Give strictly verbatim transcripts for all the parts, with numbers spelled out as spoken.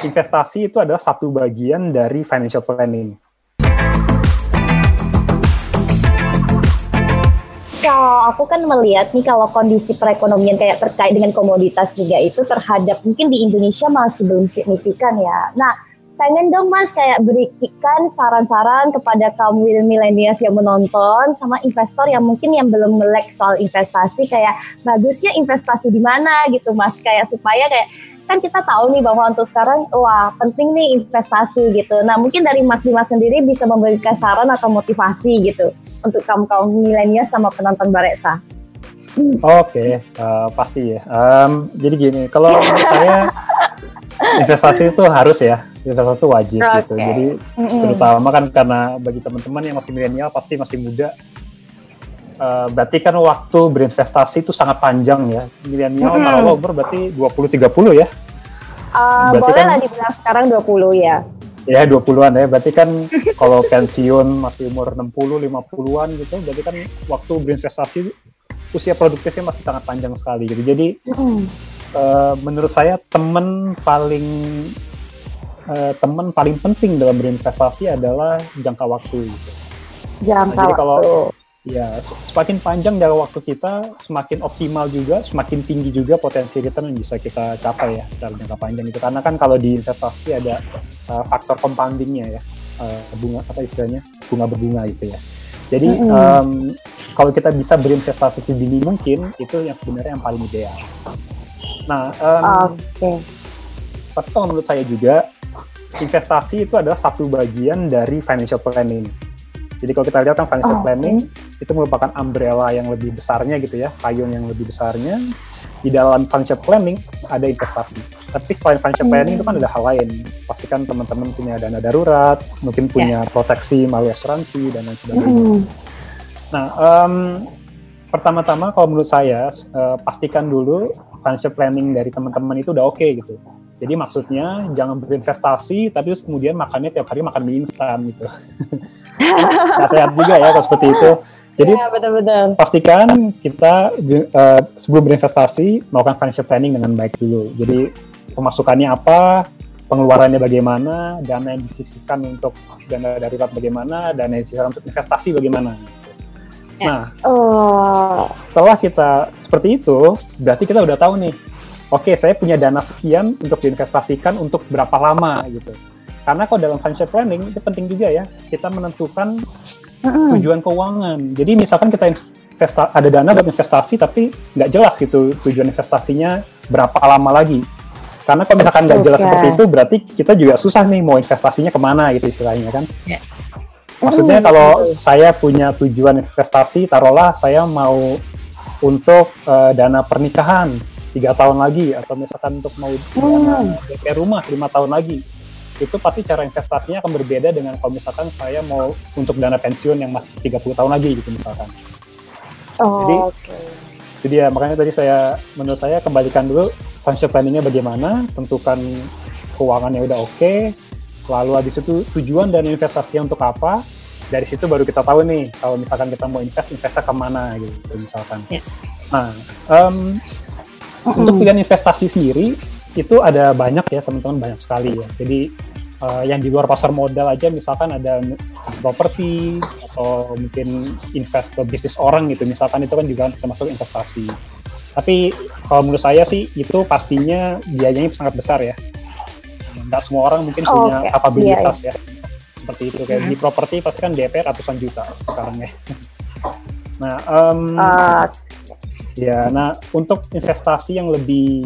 investasi itu adalah satu bagian dari financial planning. Kalau aku kan melihat nih kalau kondisi perekonomian kayak terkait dengan komoditas juga itu terhadap mungkin di Indonesia masih belum signifikan ya. Nah, pengen dong Mas kayak berikan saran-saran kepada kaum milenials yang menonton sama investor yang mungkin yang belum melek soal investasi, kayak bagusnya investasi di mana gitu Mas, kayak supaya kayak kan kita tahu nih bahwa untuk sekarang wah penting nih investasi gitu. Nah mungkin dari Mas Dimas sendiri bisa memberikan saran atau motivasi gitu untuk kaum-kaum milenial sama penonton Bareksa. Oke, okay, uh, pasti ya. Um, jadi gini, kalau menurut saya investasi itu harus ya, investasi itu wajib okay. gitu. Jadi mm-hmm. terutama kan karena bagi teman-teman yang masih milenial pasti masih muda. Uh, berarti kan waktu berinvestasi itu sangat panjang ya. Milenial mm-hmm. kalau umur berarti dua puluh tiga puluh ya. Uh, boleh kan, lah dibilang sekarang dua puluh ya. Ya dua puluhan ya. Berarti kan kalau pensiun masih umur enam puluh lima puluhan gitu, berarti kan waktu berinvestasi usia produktifnya masih sangat panjang sekali gitu. Jadi mm-hmm. uh, menurut saya teman paling uh, teman paling penting dalam berinvestasi adalah jangka waktu gitu. Jangka nah, jadi waktu. Kalau ya, semakin panjang jangka waktu kita, semakin optimal juga, semakin tinggi juga potensi return yang bisa kita capai ya secara jangka panjang itu. Karena kan kalau di investasi ada uh, faktor compoundingnya ya, uh, bunga apa istilahnya, bunga berbunga gitu ya. Jadi mm-hmm. um, kalau kita bisa berinvestasi sedini mungkin, itu yang sebenarnya yang paling ideal. Nah, um, okay. tapi kalau menurut saya juga investasi itu adalah satu bagian dari financial planning. Jadi kalau kita lihat kan financial oh, planning okay. itu merupakan umbrella yang lebih besarnya gitu ya, payung yang lebih besarnya. Di dalam financial planning ada investasi. Tapi selain financial mm. planning itu kan ada hal lain. Pastikan teman-teman punya dana darurat, mungkin punya yeah. proteksi melalui asuransi dan lain sebagainya. Mm. Nah, um, pertama-tama kalau menurut saya uh, pastikan dulu financial planning dari teman-teman itu udah oke okay, gitu. Jadi maksudnya jangan berinvestasi tapi terus kemudian makannya tiap hari makan mie instan gitu. Nggak sehat juga ya kalau seperti itu. Jadi ya, betul-betul. pastikan kita uh, sebelum berinvestasi melakukan financial planning dengan baik dulu. Jadi pemasukannya apa, pengeluarannya bagaimana, dana yang disisihkan untuk dana darurat bagaimana, dana yang disisihkan untuk investasi bagaimana. Ya. Nah, oh. setelah kita seperti itu, berarti kita udah tahu nih, oke okay, saya punya dana sekian untuk diinvestasikan untuk berapa lama gitu. Karena kalau dalam financial planning itu penting juga ya, kita menentukan mm-hmm. tujuan keuangan. Jadi misalkan kita investa- ada dana buat investasi tapi nggak jelas gitu tujuan investasinya berapa lama lagi. Karena kalau misalkan nggak jelas okay. seperti itu, berarti kita juga susah nih mau investasinya kemana gitu istilahnya kan. Yeah. Maksudnya mm-hmm. kalau saya punya tujuan investasi, taruhlah saya mau untuk uh, dana pernikahan tiga tahun lagi, atau misalkan untuk mau dana D P rumah lima tahun lagi. Itu pasti cara investasinya akan berbeda dengan kalau misalkan saya mau untuk dana pensiun yang masih tiga puluh tahun lagi gitu misalkan. Oh, jadi, okay. jadi ya makanya tadi saya, menurut saya kembalikan dulu financial planningnya bagaimana, tentukan keuangannya udah oke, okay, lalu habis itu tujuan dan investasinya untuk apa, dari situ baru kita tahu nih kalau misalkan kita mau invest, investnya kemana gitu misalkan. Yeah. Nah, um, mm-hmm. untuk pilihan investasi sendiri, itu ada banyak ya teman-teman, banyak sekali ya. Jadi uh, yang di luar pasar modal aja misalkan ada properti atau mungkin invest ke bisnis orang gitu misalkan, itu kan juga termasuk investasi. Tapi kalau menurut saya sih itu pastinya biayanya sangat besar ya. Nggak semua orang mungkin oh, punya okay. kapabilitas yeah, yeah. ya seperti itu. Kayak di properti pasti kan D P ratusan juta sekarang ya. Nah, um, uh. ya, nah untuk investasi yang lebih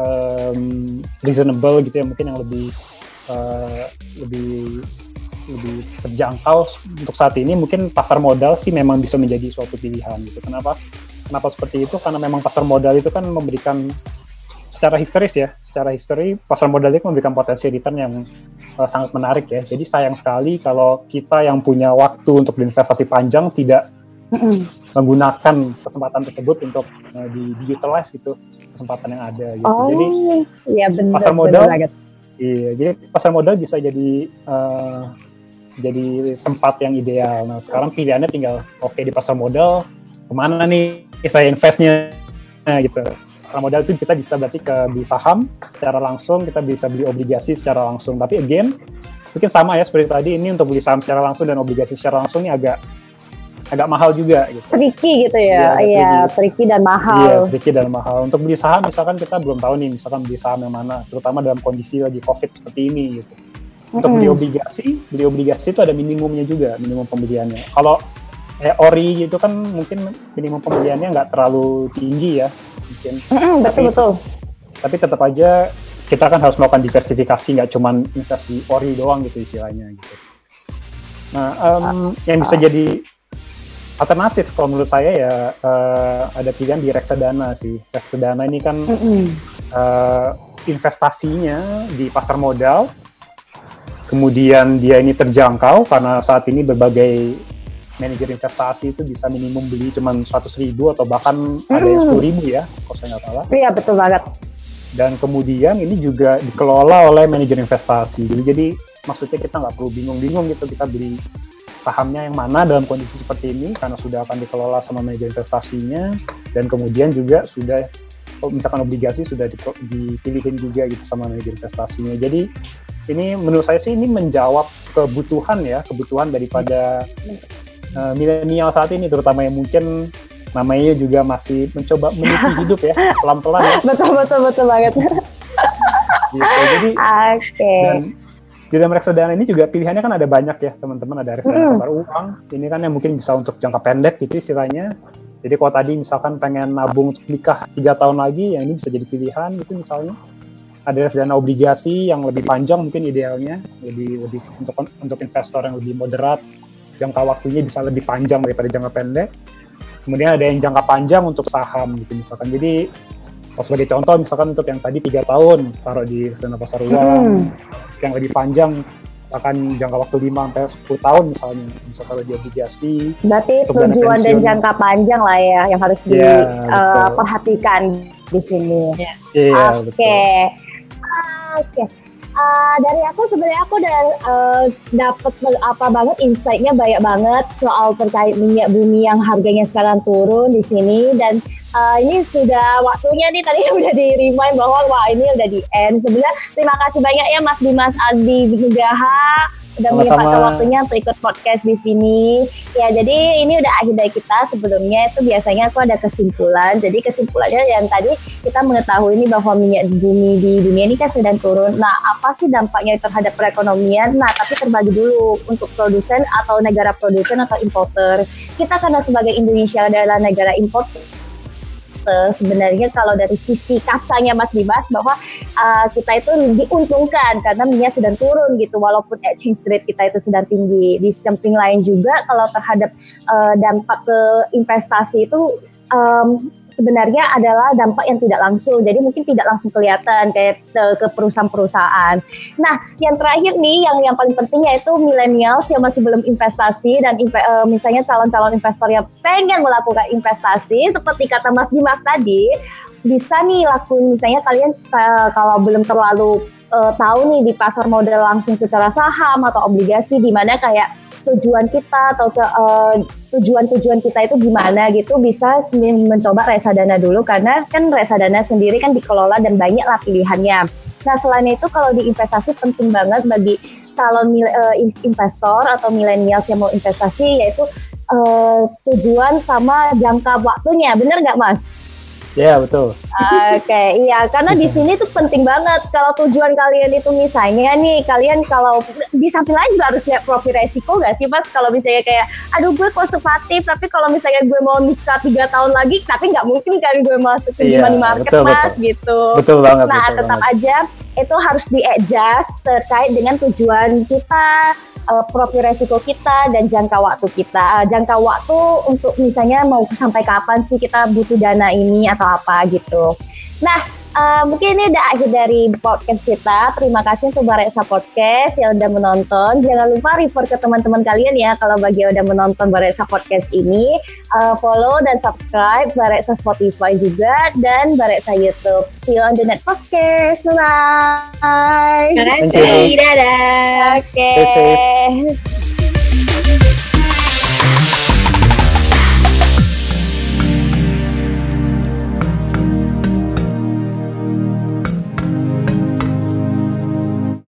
um, reasonable gitu ya, mungkin yang lebih uh, lebih lebih terjangkau untuk saat ini, mungkin pasar modal sih memang bisa menjadi suatu pilihan gitu. Kenapa? Kenapa seperti itu? Karena memang pasar modal itu kan memberikan secara historis ya, secara histori pasar modal itu memberikan potensi return yang uh, sangat menarik ya. Jadi sayang sekali kalau kita yang punya waktu untuk berinvestasi panjang tidak mm-hmm. menggunakan kesempatan tersebut untuk uh, di, di-utilize gitu kesempatan yang ada gitu. Oh, jadi ya benar, pasar modal, benar iya, jadi pasar modal bisa jadi uh, jadi tempat yang ideal. Nah sekarang pilihannya tinggal oke okay, di pasar modal kemana nih saya investnya nah, gitu. pasar modal itu kita bisa berarti ke beli saham secara langsung, kita bisa beli obligasi secara langsung. Tapi again, mungkin sama ya seperti tadi, ini untuk beli saham secara langsung dan obligasi secara langsung ini agak agak mahal juga gitu. Tricky gitu ya, iya, tricky dan mahal. Iya, tricky dan mahal. Untuk beli saham misalkan kita belum tahu nih, misalkan beli saham yang mana, terutama dalam kondisi lagi COVID seperti ini gitu. Untuk mm-hmm. beli obligasi, beli obligasi itu ada minimumnya juga, minimum pembeliannya. Kalau eh, ori gitu kan mungkin minimum pembeliannya nggak terlalu tinggi ya, mungkin. Mm-hmm, betul-betul. Tapi tetap aja kita kan harus melakukan diversifikasi, nggak cuma invest di ori doang gitu istilahnya gitu. Nah, um, yang bisa jadi alternatif kalau menurut saya ya uh, ada pilihan di reksadana sih. Reksadana ini kan mm-hmm. uh, investasinya di pasar modal, kemudian dia ini terjangkau karena saat ini berbagai manajer investasi itu bisa minimum beli cuma seratus ribu atau bahkan mm-hmm. ada yang sepuluh ribu ya, kalau saya nggak salah. Iya, betul banget. Dan kemudian ini juga dikelola oleh manajer investasi. Jadi, jadi maksudnya kita nggak perlu bingung-bingung gitu kita beli sahamnya yang mana dalam kondisi seperti ini karena sudah akan dikelola sama manajer investasinya, dan kemudian juga sudah misalkan obligasi sudah dipilihin juga gitu sama manajer investasinya. Jadi ini menurut saya sih ini menjawab kebutuhan ya kebutuhan daripada uh, milenial saat ini, terutama yang mungkin namanya juga masih mencoba meniti hidup ya pelan-pelan ya. Betul betul betul banget. Gitu. Jadi okay. dan di dalam reksadana ini juga pilihannya kan ada banyak ya teman-teman, ada reksadana mm. pasar uang, ini kan yang mungkin bisa untuk jangka pendek gitu istilahnya. Jadi kalau tadi misalkan pengen nabung untuk nikah tiga tahun lagi, yang ini bisa jadi pilihan gitu misalnya. Ada reksadana obligasi yang lebih panjang mungkin idealnya, lebih lebih untuk untuk investor yang lebih moderat, jangka waktunya bisa lebih panjang daripada jangka pendek. Kemudian ada yang jangka panjang untuk saham gitu misalkan. Jadi kalau sebagai contoh misalkan untuk yang tadi tiga tahun taruh di reksadana pasar uang, hmm. yang lebih panjang akan jangka waktu lima sampai sepuluh tahun misalnya bisa taruh di obligasi. Berarti tujuan dan jangka panjang lah ya yang harus diperhatikan ya, uh, di sini. Iya, yeah, oke. Okay. Oke. Okay. Uh, dari aku sebenarnya aku udah uh, dapat apa banget insight-nya banyak banget soal terkait minyak bumi yang harganya sekarang turun di sini, dan uh, ini sudah waktunya nih tadi udah di remind bahwa wah ini udah di end. Sebenarnya terima kasih banyak ya Mas Dimas Adi Nugraha udah menyempatkan waktunya untuk ikut podcast di sini. Ya, jadi ini udah akhir dari kita. Sebelumnya itu biasanya aku ada kesimpulan. Jadi kesimpulannya yang tadi kita mengetahui ini bahwa minyak bumi di dunia ini kan sedang turun. Nah, apa sih dampaknya terhadap perekonomian? Nah, tapi terbagi dulu untuk produsen atau negara produsen atau importer. Kita karena sebagai Indonesia adalah negara importer, sebenarnya kalau dari sisi kacanya Mas Dimas bahwa uh, kita itu diuntungkan karena minyak sedang turun gitu, walaupun exchange rate kita itu sedang tinggi. Di samping lain juga kalau terhadap uh, dampak ke investasi itu um, sebenarnya adalah dampak yang tidak langsung, jadi mungkin tidak langsung kelihatan kayak uh, ke perusahaan-perusahaan. Nah, yang terakhir nih, yang yang paling penting yaitu millennials yang masih belum investasi dan uh, misalnya calon-calon investor yang pengen melakukan investasi, seperti kata Mas Dimas tadi, bisa nih lakuin misalnya kalian uh, kalau belum terlalu uh, tahu nih di pasar modal langsung secara saham atau obligasi, di mana kayak tujuan kita atau ke, uh, tujuan-tujuan kita itu gimana gitu, bisa mencoba reksadana dulu karena kan reksadana sendiri kan dikelola dan banyak lah pilihannya. Nah, selain itu kalau di investasi penting banget bagi calon uh, investor atau millennials yang mau investasi yaitu uh, tujuan sama jangka waktunya, bener nggak Mas? Ya, yeah, betul. Oke, okay, iya, karena di sini tuh penting banget kalau tujuan kalian itu misalnya nih, kalian kalau di samping lain juga harus lihat profil resiko nggak sih Mas? Kalau misalnya kayak, aduh gue konservatif, tapi kalau misalnya gue mau nikah tiga tahun lagi, tapi nggak mungkin kan gue masuk ke yeah, money market betul, Mas, betul. Gitu. Betul banget. Nah, betul tetap banget. aja itu harus di-adjust terkait dengan tujuan kita, uh, profil resiko kita, dan jangka waktu kita. Uh, jangka waktu untuk misalnya mau sampai kapan sih kita butuh dana ini atau apa gitu. Nah, uh, mungkin ini udah akhir dari podcast kita. Terima kasih untuk Bareksa Podcast yang udah menonton. Jangan lupa refer ke teman-teman kalian ya kalau bagi yang udah menonton Bareksa Podcast ini. Uh, follow dan subscribe Bareksa Spotify juga dan Bareksa YouTube. See you on the next podcast. Bye-bye. Terima kasih. Dadah. Oke. Okay.